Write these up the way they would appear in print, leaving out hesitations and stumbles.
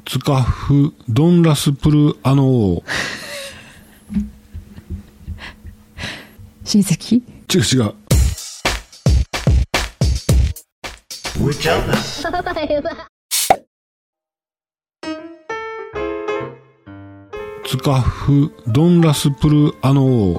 ツカフドンラスプルアノー。 親戚？ 違う。ツカフドンラスプルアノー。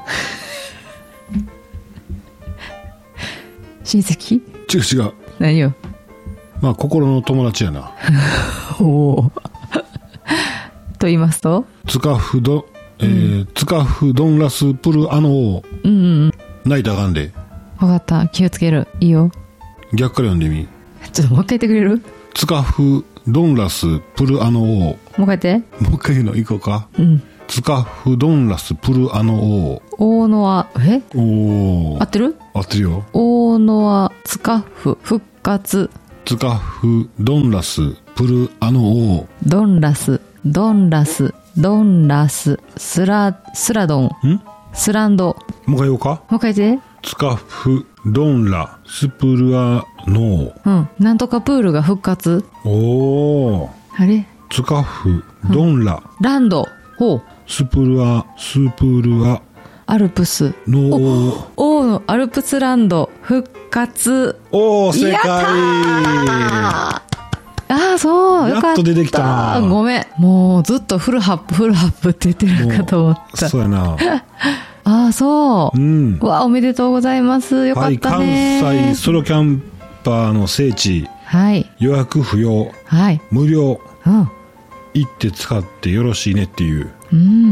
親戚？ 違う。 何よ。 まあ心の友達やな。 おお。と言いますと？ ツカフドンラスプルアノー。 うんうんうん。 泣いたらあかんで。 分かった。気をつける。いいよ。 逆から読んでみ。 ちょっともう一回言ってくれる？ ツカフドンラスプルアノー。 もう一回言って。 もう一回言うのいこうか。 うん。 ツカフドンラスプルアノー。 大野は、 おー。 合ってる？ 合ってるよ。 大野はツカフ復活。 ツカフドンラスプルアノー。 ドンラススラドンスランド。 もう一回言おうか。 もう一回言って。 ツカフドンラスプルアノー。 うん。なんとかプールが復活。 おー。 あれ？ ツカフドンラ、 ランド。ほう。 スプルアアルプスの王のアルプスランド復活。 おー、正解。 ああ、そう。よかった。 やっと出てきたな。 ごめん。もうずっとフルハップって言ってるかと思った。 そうやな。 ああ、そう。 うん。 わあ、おめでとうございます。よかったね。 はい、関西ソロキャンパーの聖地。 はい。 予約不要。 はい。 無料。 うん。 行って使ってよろしいねっていう。 うん。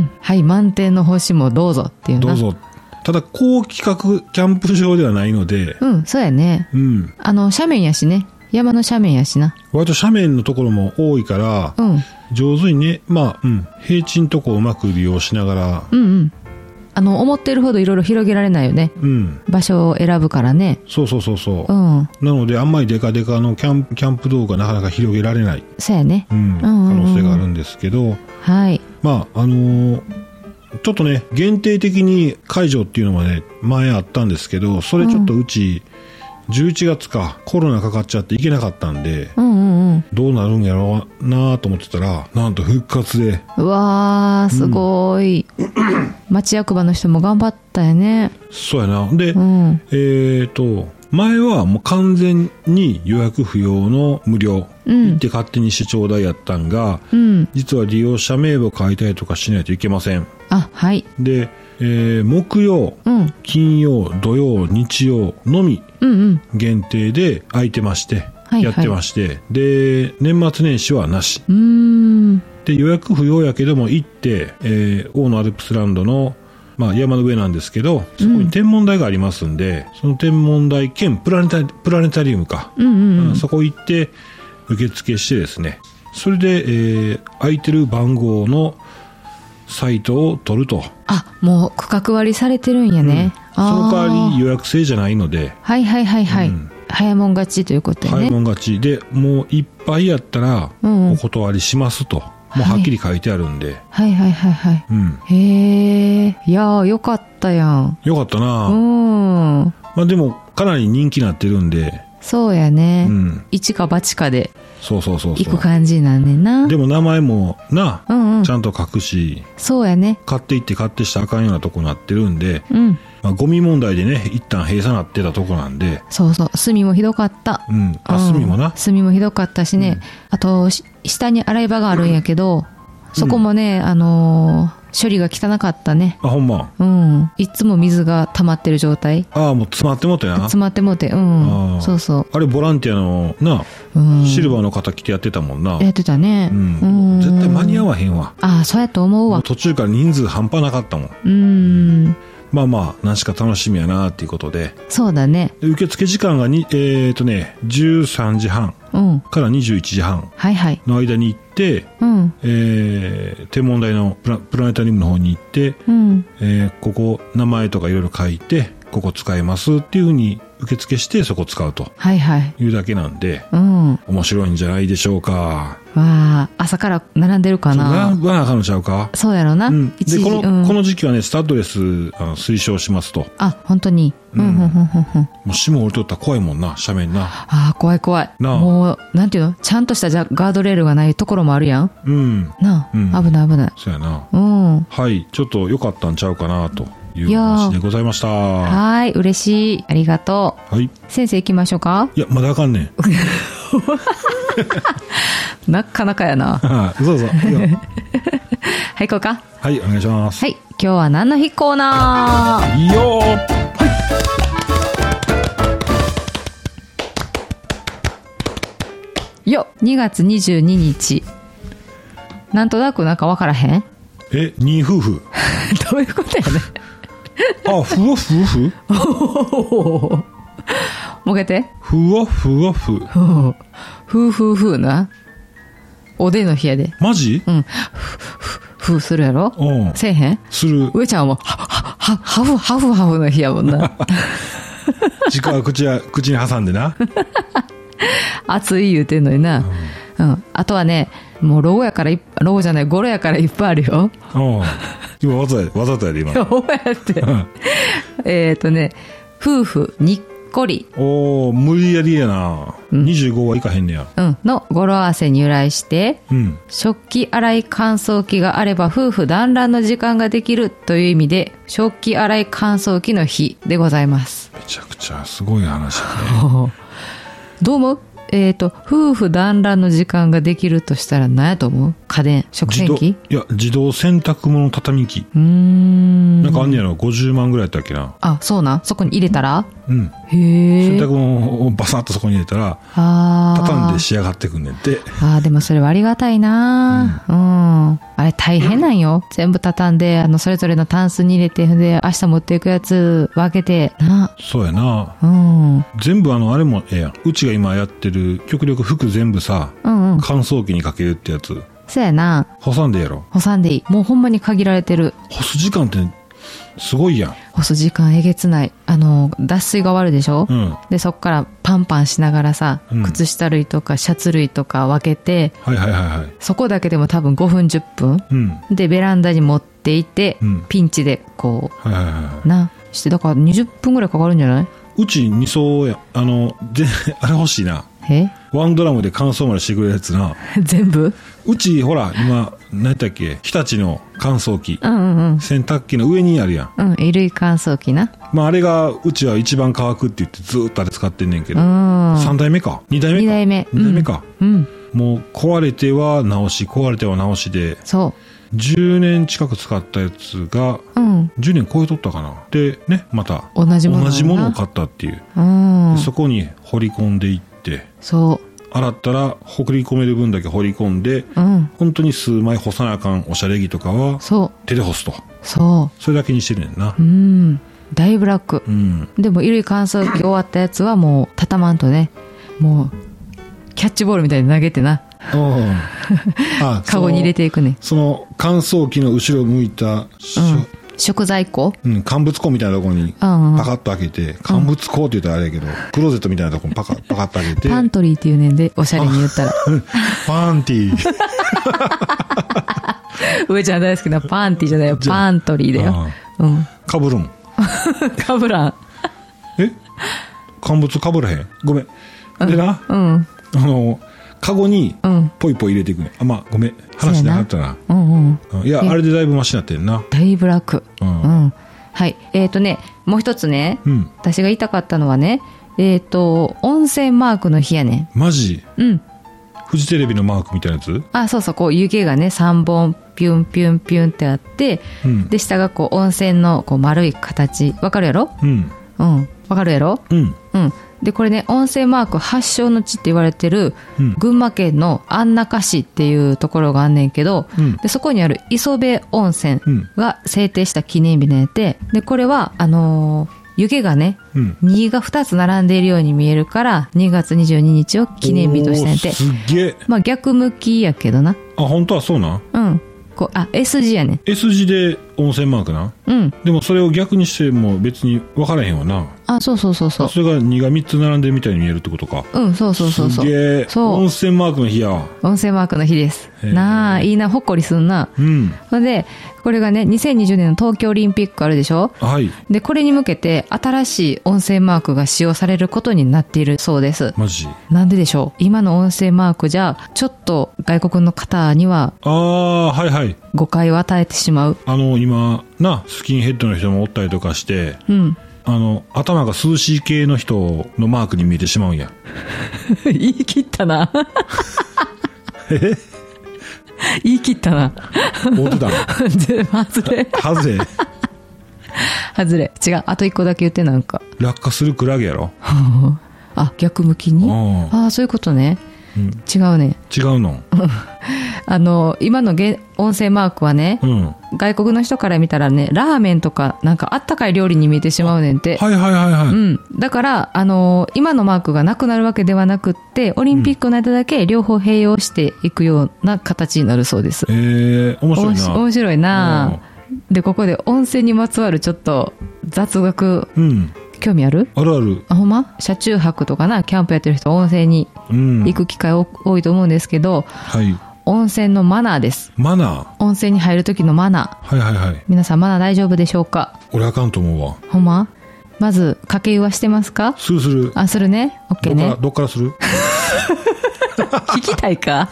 はい、満点の星もどうぞっていうな。 どうぞ。ただ、高規格キャンプ場ではないので。 うん、そうやね。 うん。 斜面やしね。山の斜面やしな。 割と斜面のところも多いから、 うん。 上手にね、まあ、うん。平地のとこをうまく利用しながら。 うんうん。思ってるほどいろいろ広げられないよね。 うん。 場所を選ぶからね。 そう。うん。なので、あんまりデカデカのキャンプ道がなかなか広げられない。 そうやね。 うん。可能性があるんですけど。 はい。 まあ、ちょっとね、限定的に解除っていうのはね、前あったんですけど、それちょっとうち、11月か、コロナかかっちゃって行けなかったんで、どうなるんやろうなと思ってたら、なんと復活で。 うわー、すごい。町役場の人も頑張ったよね。 そうやな。で、前はもう完全に予約不要の無料、行って勝手にしてちょうだいやったんが、実は利用者名簿変えたりとかしないといけません。 あ、はい。 で、木曜、金曜、土曜、日曜のみ限定で空いてまして、やってまして、で、年末年始はなし。で、予約不要やけども行って、大野アルプスランドの、まあ、山の上なんですけど、そこに天文台がありますんで、その天文台兼プラネタリウムか、そこ行って受付してですね、それで、空いてる番号のサイトを取ると。 あ、もう区画割りされてるんやね。 その代わり予約制じゃないので。 はい。早もん勝ちということやね。 早もん勝ちで、もういっぱいやったらお断りしますと。もうはっきり書いてあるんで。 はい。へえ。いやー、よかったやん。 よかったな。まあでも、かなり人気になってるんで。 そうやね。一か八かで。 そう。 行く感じなんねんな。 でも名前もな、ちゃんと書くし。 そうやね。 買っていって買ってしたらあかんようなとこになってるんで。まあ、ゴミ問題でね、一旦閉鎖なってたとこなんで。 そう。炭もひどかった。 炭もな。 炭もひどかったしね。あと、下に洗い場があるんやけど、そこもね、処理が汚かったね。 あ、ほんま。 いつも水が溜まってる状態。 ああ、もう詰まってもってな。 詰まってもって、そう。 あれ、ボランティアのな、シルバーの方来てやってたもんな。 やってたね。 絶対間に合わへんわ。 ああ、そうやと思うわ。 途中から人数半端なかったもん。まあ、何しか楽しみやなっていうことで。 そうだね。 受付時間が13時半から21時半の間に行って、天文台のプラネタリウムの方に行って、ここ名前とかいろいろ書いて、ここ使えますっていうふうに受付してそこ使うとはいはい。 いうだけなんで、 うん。 面白いんじゃないでしょうか。 わあ、朝から並んでるかな。 並ばなあかんのちゃうか。 そうやろな。 うん、で一時この時期はねスタッドレス推奨しますと。 あ、本当に。 もう霜降りとったら怖いもんな、斜面な。 ああ、怖い怖い。もう、なんていうの、ちゃんとしたガードレールがないところもあるやん。 うん。 なあ、危ない危ない。 そうやな。 うん。 はい、ちょっと良かったんちゃうかなという話でございました。 はい、嬉しい。ありがとう。 はい。 先生行きましょうか。 いや、まだあかんねん。 なかなかやな。 そうそう。 はい、行こうか。 はい、お願いします。 はい、今日は何の日コーナー。 いいよー。 よっ、2月22日。なんとなくなんか分からへん？ 二夫婦。 どういうことやね。 あ、ふわふわふ。 もう一回言って。 ふわふわふ。 ふうふうふうな。おでの日やで。 マジ？ うん。ふうするやろ？ うん。 せえへん？ する。 上ちゃんはハフの日やもんな。 時は口に挟んでな。 熱い言うてんのにな。うん。あとはね、もう語やからいっぱいあるよ。 うん。今わざとやで今。 どうやって。夫婦にっこり。 おー、無理やりやな。25はいかへんねや。 うん。の語呂合わせに由来して、 うん。 食器洗い乾燥機があれば夫婦団らんの時間ができるという意味で、食器洗い乾燥機の日でございます。 めちゃくちゃすごい話だね。 どう思う？夫婦団らんの時間ができるとしたら何やと思う？家電、食洗機？ いや、自動洗濯物畳み機。なんかあんねやろ、50万ぐらいやったっけな。 あ、そうなん？そこに入れたら？ うん。 へえ。 洗濯物をバサッとそこに入れたら、畳んで仕上がってくんねんって。 ああ、でもそれはありがたいな。うん。あれ大変なんよ。全部畳んで、それぞれのタンスに入れて、で、明日持っていくやつ分けて、な。 そうやな。 うん。 全部あれもええやん。うちが今やってる、極力服全部さ、乾燥機にかけるってやつ。 そうやな。 干さんでやろ。 干さんでいい。もうほんまに限られてる。 干す時間ってすごいやん。 干す時間えげつない。脱水が終わるでしょ？うん。で、そっからパンパンしながらさ、靴下類とかシャツ類とか分けて、 はいはいはいはい。 そこだけでも多分5分10分。うん。で、ベランダに持っていて、ピンチでこう、はいはいはい。な、して、だから20分ぐらいかかるんじゃない？ うち2層や、あれ欲しいな。ワンドラムで乾燥までしてくれるやつな。 全部？ うちほら今何やったっけ、日立の乾燥機、洗濯機の上にあるやん。 衣類乾燥機な。 まああれがうちは一番乾くって言ってずーっとあれ使ってんねんけど、3代目か2代目か2代目か、もう壊れては直しで、そう10年近く使ったやつが、10年超えとったかな。でね、また同じものを買ったっていう、そこに掘り込んでいって、そう洗ったらほり込める分だけ掘り込んで、本当に数枚干さなあかんおしゃれ着とかは手で干すと。それだけにしてるねんな。 だいぶ楽。でも衣類乾燥機終わったやつはもう畳まんとね、もうキャッチボールみたいに投げてな。カゴに入れていくね。 その乾燥機の後ろを向いた、 食材庫、 乾物庫みたいなところにパカッと開けて、乾物庫って言ったらあれやけど、クローゼットみたいなところにパカッと開けて、 パントリーっていうねんで、おしゃれに言ったらパンティー上ちゃん大好きなパンティーじゃないよ、パントリーだよ。 かぶるんかぶらん。 乾物かぶらへん。ごめん。でな、カゴにポイポイ入れていくね。まあごめん、話なかったな。いや、あれでだいぶマシになってんな。 だいぶ楽。はい。もう一つね、私が言いたかったのはね、温泉マークの日やね。 マジ？フジテレビのマークみたいなやつ？ あ、そうそう、こう湯気がね3本ピュンピュンピュンってあって、で下がこう温泉のこう丸い形、わかるやろ？わかるやろ？でこれね、温泉マーク発祥の地って言われてる、群馬県の安中市っていうところがあんねんけど、でそこにある磯部温泉が制定した記念日なんやて、でこれは湯気がね、2が2つ並んでいるように見えるから2月22日を記念日としてんて。 すげえ。 まあ逆向きやけどな。 あ、本当はそうなん？ こう、S 字やね。 S 字で温泉マークな。 うん。 でもそれを逆にしても別に分からへんわな。 あ、そうそうそうそう。 それが2が3つ並んでるみたいに見えるってことか。 うん、そうそうそうそう。 すげえ。そう。温泉マークの日やわ。 温泉マークの日です。なあ、いいな、ほっこりすんな。 うん。 それで、これがね、2020年の東京オリンピックあるでしょ。 はい。 で、これに向けて新しい温泉マークが使用されることになっているそうです。 マジ？ なんででしょう。今の温泉マークじゃ、ちょっと外国の方には、 はいはい。 誤解を与えてしまう。 今、スキンヘッドの人もおったりとかして、 うん。 頭が涼しい系の人のマークに見えてしまうんや。 言い切ったな。言い切ったな。 思ってたの。 外れ。外れ。違う。あと一個だけ言ってなんか。 落下するクラゲやろ。 あ、逆向きに。ああ、そういうことね。うん、違うね。 違うの。 今の温泉マークはね、うん、外国の人から見たらね、ラーメンとかなんかあったかい料理に見えてしまうねんて。 はいはいはいはい。 うん。だから、今のマークがなくなるわけではなくって、オリンピックの間だけ両方併用していくような形になるそうです。 面白いな。 面白いな。で、ここで温泉にまつわるちょっと雑学。うん。興味ある？ あるある。 ほんま？車中泊とかな、キャンプやってる人温泉に行く機会多いと思うんですけど、はい。温泉のマナーです。 マナー？ 温泉に入る時のマナー。はいはいはい。 皆さんマナー大丈夫でしょうか？ 俺あかんと思うわ。 ほんま？まず、かけ湯はしてますか？ する。 あ、するね。オッケーね。 どっからする？ 聞きたいか？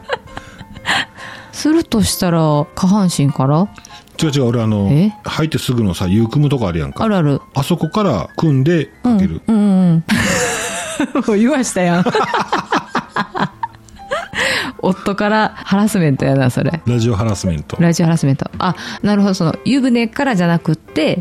するとしたら、下半身から？ 違う俺入ってすぐのさ、湯組むとこあるやんか。 あるある。 あそこから組んでかける。 うん。もう言わしたやん。夫からハラスメントやな、それ。 ラジオハラスメント。 あ、なるほど、湯船からじゃなくって、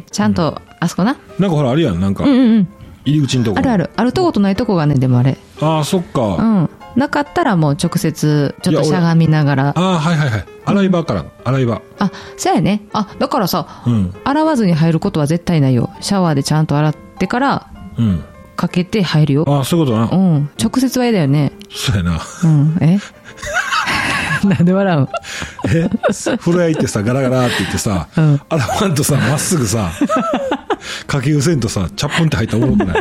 ちゃんと、あそこな。 なんかほら、あるやん、なんか。入り口のとこ。 ある。あるとことないとこがね、でもあれ。 ああ、そっか。 うん。なかったらもう直接、ちょっとしゃがみながら。 はい。洗い場から、洗い場。 あ、そうやね。あ、だからさ、洗わずに入ることは絶対ないよ。シャワーでちゃんと洗ってから、かけて入るよ。 あ、そういうことな。 うん。直接は嫌だよね。 そうやな。 うん。なんで笑う？ 風呂屋行ってさ、ガラガラって言ってさ、洗わんとさ、まっすぐさ、かけ湯せんとさ、チャップンって入ったらおもろくない？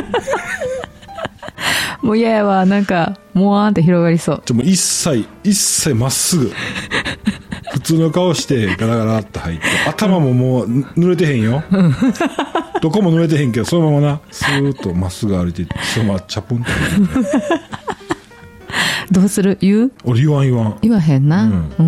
もう嫌やわ、なんか、もわーんって広がりそう。 もう一切まっすぐ、普通の顔してガラガラって入って、頭ももう濡れてへんよ。どこも濡れてへんけど、そのままな、スーッとまっすぐ歩いて、そのままチャップンって入って、 どうする？言う？ 俺言わへんな。うん。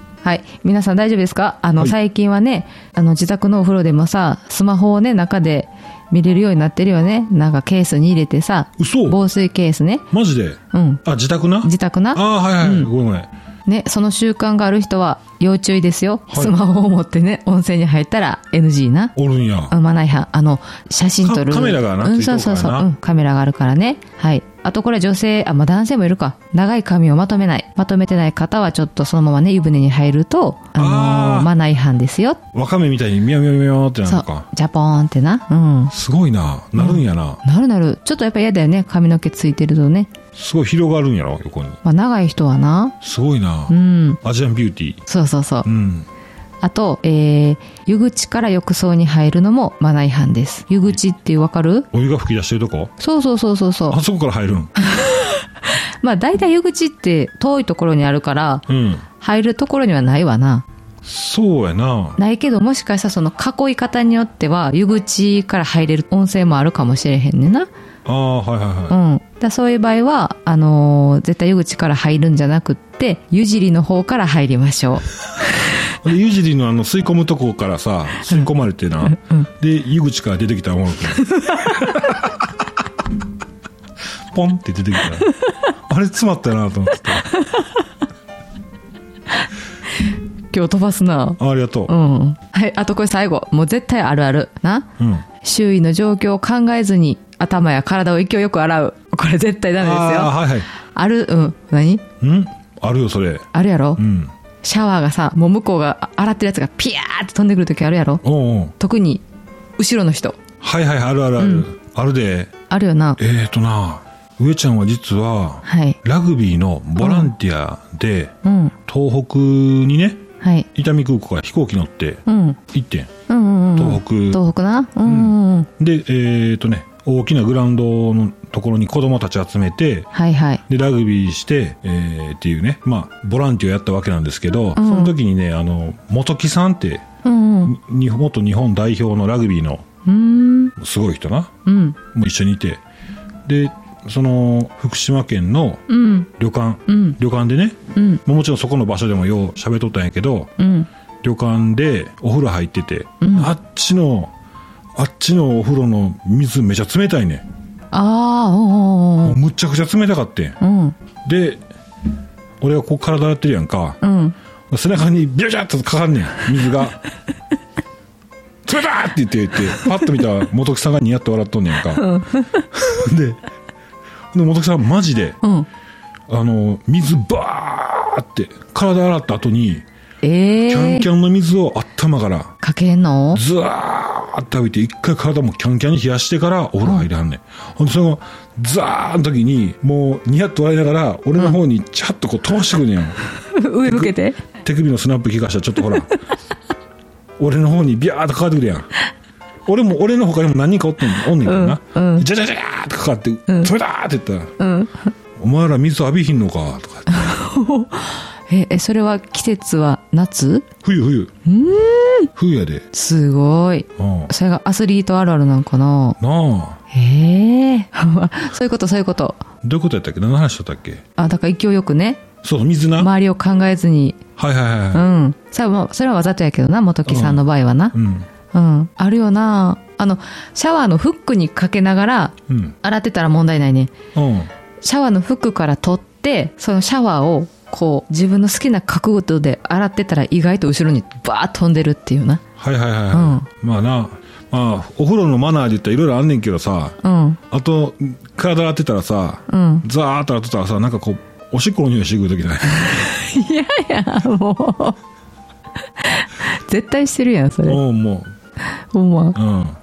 はい。皆さん大丈夫ですか？最近はね、自宅のお風呂でもさ、スマホをね、中で見れるようになってるよね。なんかケースに入れてさ。 嘘？ 防水ケースね。 マジで？ うん。 あ、自宅な。はい。ごめん。 ね、その習慣がある人は要注意ですよ。スマホを持ってね、温泉に入ったら NG な。 おるんや。 マナー違反。写真撮る。 カメラがな、ついてるからな。 そう。カメラがあるからね。はい。あとこれ女性、男性もいるか。長い髪をまとめない。まとめてない方はちょっとそのままね、湯船に入ると、マナー違反ですよ。 わかめみたいにミャミャミャってなるのか。 そう。ジャポーンってな。うん。 すごいな。なるんやな。 なる。ちょっとやっぱ嫌だよね。髪の毛ついてるとね。 すごい広がるんやろ、横に。 長い人はな。 すごいな。 うん。 アジアンビューティー。 そう。 うん。 あと、湯口から浴槽に入るのもマナー違反です。湯口ってわかる？ お湯が吹き出してるとこ？ そう。 あそこから入るん？ 大体湯口って遠いところにあるから、入るところにはないわな。 そうやな。 ないけど、もしかしたらその囲い方によっては、湯口から入れる温泉もあるかもしれへんねんな。 はい。 そういう場合は、絶対湯口から入るんじゃなくって、湯尻の方から入りましょう。 湯尻の吸い込むとこからさ、吸い込まれてな。で、湯口から出てきたらおもろくない？ポンって出てきたら。あれ詰まったなと思ってた。 今日飛ばすな。 ありがとう。 はい、あとこれ最後。もう絶対あるある。な。周囲の状況を考えずに、頭や体を勢いよく洗う。これ絶対ダメですよ。 はい。 ある、何？ あるよ、それ。 あるやろ？シャワーがさ、もう向こうが洗ってるやつがピヤーって飛んでくるときあるやろ？特に、後ろの人。 はい、ある。あるで。 あるよな。 上ちゃんは実は、ラグビーのボランティアで、東北にね、 はい、 伊丹空港から飛行機乗って行ってん、東北な、 で大きなグラウンドのところに子供たち集めて、 はいはい、 でラグビーして、っていうね、まあボランティアやったわけなんですけど、その時にね本木さんって、元日本代表のラグビーのすごい人な、もう一緒にいて、でその福島県の旅館、旅館でね、もちろんそこの場所でもよう喋っとったんやけど、旅館でお風呂入ってて、あっちのお風呂の水めちゃ冷たいね。もうむっちゃくちゃ冷たかってん、で俺がこう体洗ってるやんか、背中にビャビャッとかかんねん水が冷たって言ってパッと見たら本木さんがニヤッと笑っとんねんか、で本木さんマジで、水バーって体洗った後に、キャンキャンの水を頭からかけんのずわーって浴びて、一回体もキャンキャンに冷やしてからお風呂入れはんねん。ほんでそのザーの時にもうニヤッと笑いながら俺の方にチャッとこう飛ばしてくるねん上向けて手首のスナップ効かしたらちょっとほら俺の方にビャーっとかかってくるやん。俺の他にも何人かおんねんけどな、ジャジャジャーってかかって「冷た!」って言ったら「お前ら水浴びひんのか」とかそれは季節は夏？ 冬やで。 すごい。それがアスリートあるあるなんかな。そういうこと。どういうことやったっけ？何の話しとったっけ？ だから勢いよくね。 そう水な。 周りを考えずに。それはわざとやけどな、本木さんの場合はな。あるよな。シャワーのフックにかけながら洗ってたら問題ないね。シャワーのフックから取ってそのシャワーをこう自分の好きな角度で洗ってたら意外と後ろにバーッ飛んでるっていうな。まあな、お風呂のマナーで言ったらいろいろあんねんけどさ、あと体洗ってたらさ、ザーッと洗ってたらさ、なんかこうおしっこの匂いしてくる時ないいやもう絶対してるやんそれ。 もうほんま、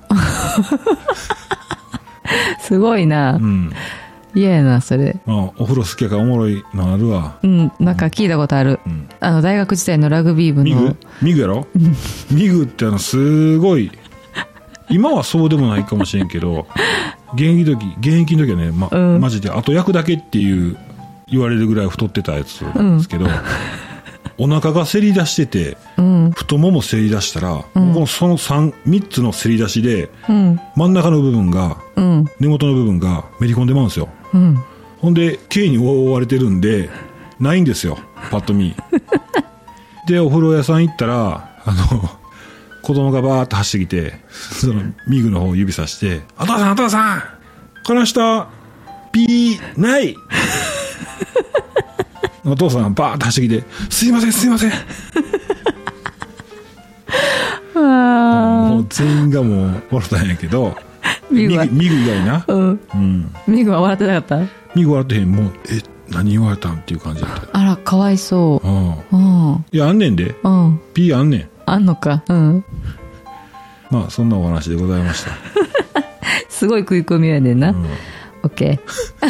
すごいな。嫌やなそれ。 お風呂好きやからおもろいのあるわ。 なんか聞いたことある。大学時代のラグビー部のミグやろ。ミグってすごい今はそうでもないかもしれんけど、現役の時はね、マジであと焼くだけっていう言われるぐらい太ってたやつなんですけど、お腹がせり出してて、太ももせり出したら、その3つのせり出しで、真ん中の部分が、根元の部分がめり込んでまうんですよ。ほんで毛に覆われてるんでないんですよパッと見でお風呂屋さん行ったら子供がバーッと走ってきて、そのミグの方を指さして「お父さんこの人ピーない!」お父さんバーッと走ってきて「すいません」もう全員がもう笑ったんやけど、ミグ以外な。 ミグは笑ってなかった？ ミグ笑ってへん。もう何言われたんっていう感じだった。 あらかわいそう。 いやあんねんで。ピーあんねん。 あんのか。 まあそんなお話でございました。 すごい食い込みやねんな。オッケー。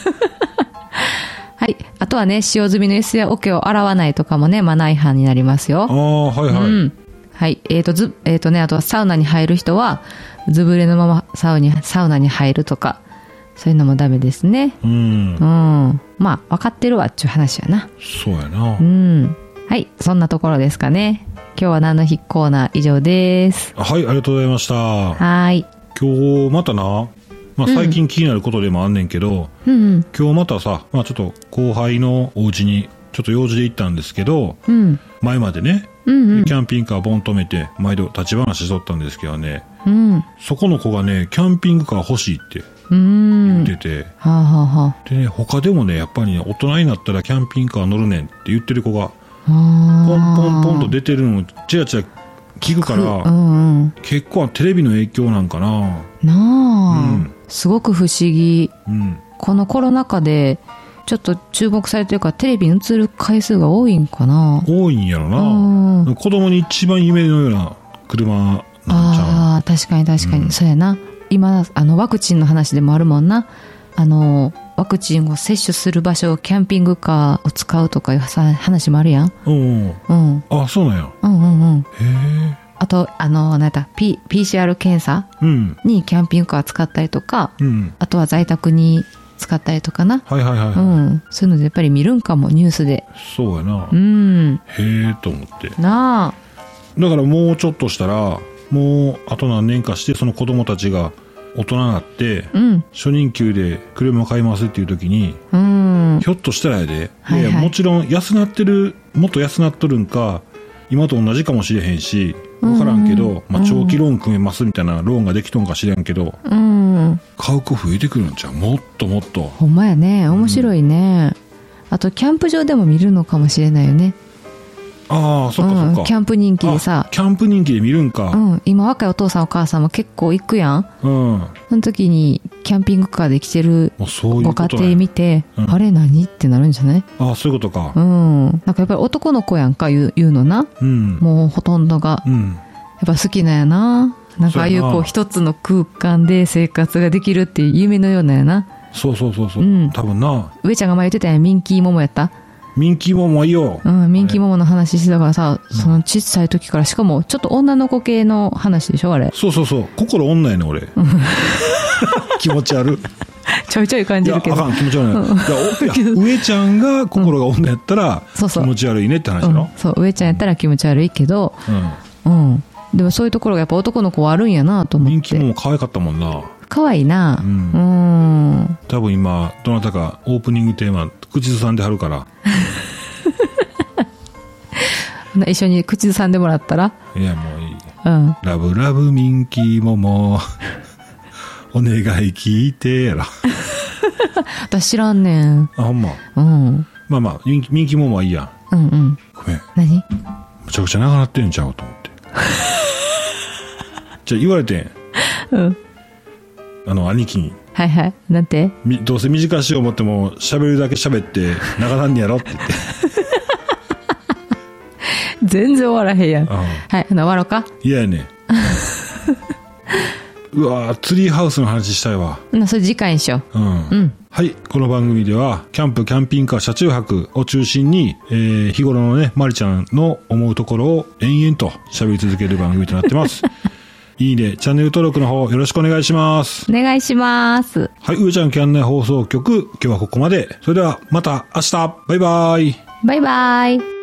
はい。あとはね、使用済みの椅子や桶を洗わないとかもね、マナー違反になりますよ。はい。あとはサウナに入る人は、ずぶれのままサウナに入るとか、そういうのもダメですね。まあ、分かってるわっちゅう話やな。 そうやな。 はい。そんなところですかね。今日は何の日コーナー以上です。 はい、ありがとうございました。 はい。 今日またな、最近気になることでもあんねんけど、今日またさ、ちょっと後輩のお家にちょっと用事で行ったんですけど、前までね、キャンピングカーボン止めて毎度立ち話しとったんですけどね、そこの子がねキャンピングカー欲しいって言ってて、でね、他でもねやっぱりね大人になったらキャンピングカー乗るねんって言ってる子がポンポンと出てるのをチラチラ聞くから、結構テレビの影響なんかな。 すごく不思議。このコロナ禍でちょっと注目されてるからテレビに映る回数が多いんかな。 多いんやろな。子供に一番夢のような車なんちゃう。 確かに、そうやな。今ワクチンの話でもあるもんな。 ワクチンを接種する場所をキャンピングカーを使うとかいう話もあるやん。 あ、そうなんや。へえ。 あとなんだPCR 検査にキャンピングカー使ったりとか、あとは在宅に使ったりとかな。そういうのでやっぱり見るんかも、ニュースで。 そうやな。へえと思ってなあ。 だからもうちょっとしたら、もうあと何年かしてその子供たちが大人になって、初任給で車を買いますっていう時に、ひょっとしたらやで、もちろんもっと安なっとるんか今と同じかもしれへんし分からんけど、長期ローン組めますみたいなローンができとんかしれんけど、買う子増えてくるんちゃう？もっともっと。 ほんまやね。面白いね。あとキャンプ場でも見るのかもしれないよね。 ああ、そっかそっか。 キャンプ人気でさ。 キャンプ人気で見るんか。 今若いお父さんお母さんも結構行くやん。その時にキャンピングカーで来てるご家庭見て、あれ何ってなるんじゃない？ ああ、そういうことか。 なんかやっぱり男の子やんか言うのな。もうほとんどが。やっぱ好きなんやな。なんかああいうこう一つの空間で生活ができるっていう夢のようなんやな。 そう。多分な。 上ちゃんが前言ってたやん、ミンキーモモやった？ ミンキーモモいいよ。 ミンキーモモの話してたからさ、その小さい時から、しかもちょっと女の子系の話でしょあれ。 そう。心女やね俺。気持ち悪い。 ちょいちょい感じるけど。 いや、あかん、気持ち悪い。上ちゃんが心が女やったら気持ち悪いねって話だろ。 そう、上ちゃんやったら気持ち悪いけど、でもそういうところがやっぱ男の子はあるんやなと思って。 ミンキーモモ可愛かったもんな。 可愛いな。 多分今どなたかオープニングテーマ口ずさんではるから。 一緒に口ずさんでもらったら。 いや、もういい。ラブラブミンキーモモお願い聞いてやろ。 私知らんねん。 あ、ほんま。まあミンキーモモはいいやん。ごめん。 何？ むちゃくちゃ長なってんちゃうと思って。じゃあ言われてん。兄貴に。 なんて？ どうせ短しよう思っても喋るだけ喋って長なんねやろって言って。 全然終わらへんやん。はい、終わろうか。 いやね。うわー、ツリーハウスの話したいわ。 それ次回にしよう。 はい、この番組ではキャンピングカー車中泊を中心に、日頃のねまりちゃんの思うところを延々と喋り続ける番組となってます。いいね、チャンネル登録の方よろしくお願いします。 お願いします。 はい、上ちゃんキャン内放送局、今日はここまで。それではまた明日。バイバイ。 バイバイ。